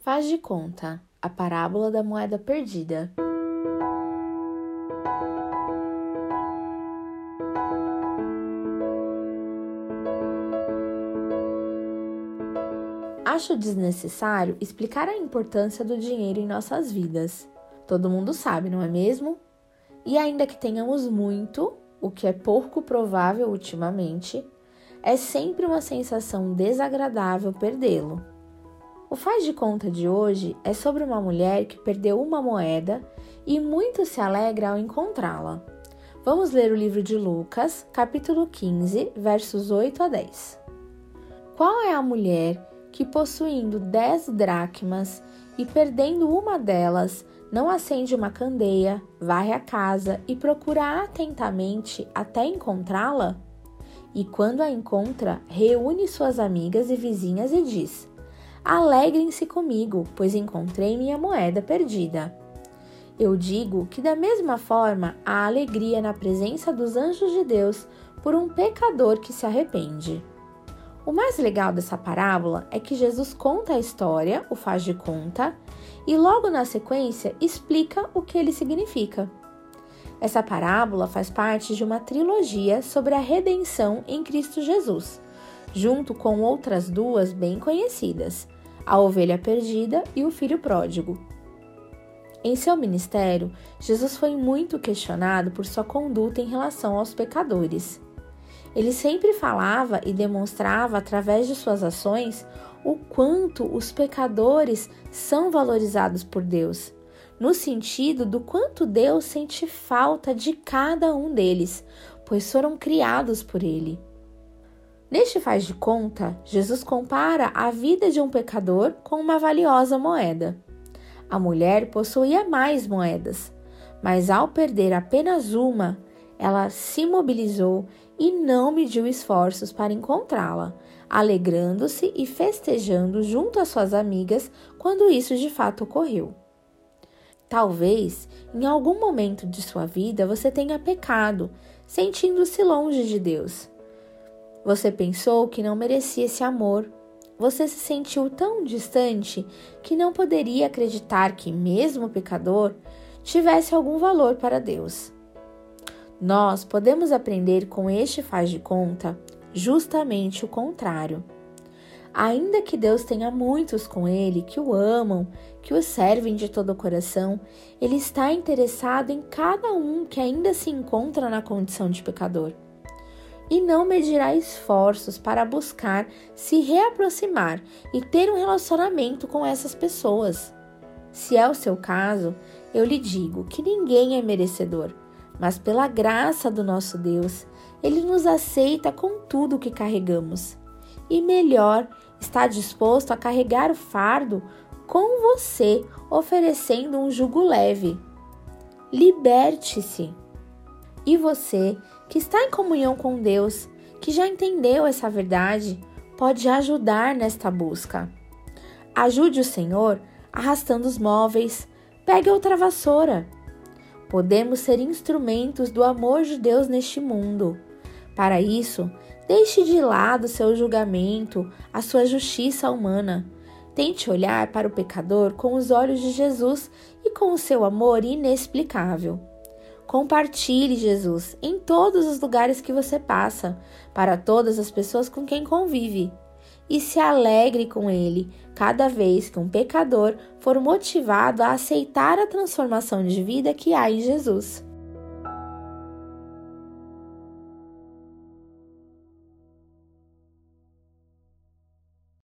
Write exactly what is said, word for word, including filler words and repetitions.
Faz de conta, a parábola da moeda perdida. Acho desnecessário explicar a importância do dinheiro em nossas vidas. Todo mundo sabe, não é mesmo? E ainda que tenhamos muito, o que é pouco provável ultimamente, é sempre uma sensação desagradável perdê-lo. O Faz de Conta de hoje é sobre uma mulher que perdeu uma moeda e muito se alegra ao encontrá-la. Vamos ler o livro de Lucas, capítulo quinze, versos oito a dez. Qual é a mulher que, possuindo dez dracmas e perdendo uma delas, não acende uma candeia, varre a casa e procura atentamente até encontrá-la? E quando a encontra, reúne suas amigas e vizinhas e diz: Alegrem-se comigo, pois encontrei minha moeda perdida. Eu digo que da mesma forma há alegria na presença dos anjos de Deus por um pecador que se arrepende. O mais legal dessa parábola é que Jesus conta a história, o faz de conta, e logo na sequência explica o que ele significa. Essa parábola faz parte de uma trilogia sobre a redenção em Cristo Jesus, junto com outras duas bem conhecidas, a ovelha perdida e o filho pródigo. Em seu ministério, Jesus foi muito questionado por sua conduta em relação aos pecadores. Ele sempre falava e demonstrava através de suas ações o quanto os pecadores são valorizados por Deus, no sentido do quanto Deus sente falta de cada um deles, pois foram criados por Ele. Neste Faz de Conta, Jesus compara a vida de um pecador com uma valiosa moeda. A mulher possuía mais moedas, mas ao perder apenas uma, ela se mobilizou e não mediu esforços para encontrá-la, alegrando-se e festejando junto às suas amigas quando isso de fato ocorreu. Talvez, em algum momento de sua vida, você tenha pecado, sentindo-se longe de Deus. Você pensou que não merecia esse amor. Você se sentiu tão distante que não poderia acreditar que, mesmo pecador, tivesse algum valor para Deus. Nós podemos aprender com este Faz de Conta justamente o contrário. Ainda que Deus tenha muitos com Ele, que o amam, que o servem de todo o coração, Ele está interessado em cada um que ainda se encontra na condição de pecador. E não medirá esforços para buscar se reaproximar e ter um relacionamento com essas pessoas. Se é o seu caso, eu lhe digo que ninguém é merecedor, mas pela graça do nosso Deus, Ele nos aceita com tudo o que carregamos. E melhor, está disposto a carregar o fardo com você, oferecendo um jugo leve. Liberte-se! E você, que está em comunhão com Deus, que já entendeu essa verdade, pode ajudar nesta busca. Ajude o Senhor arrastando os móveis, pegue outra vassoura. Podemos ser instrumentos do amor de Deus neste mundo. Para isso, deixe de lado seu julgamento, a sua justiça humana. Tente olhar para o pecador com os olhos de Jesus e com o seu amor inexplicável. Compartilhe Jesus em todos os lugares que você passa, para todas as pessoas com quem convive. E se alegre com Ele cada vez que um pecador for motivado a aceitar a transformação de vida que há em Jesus.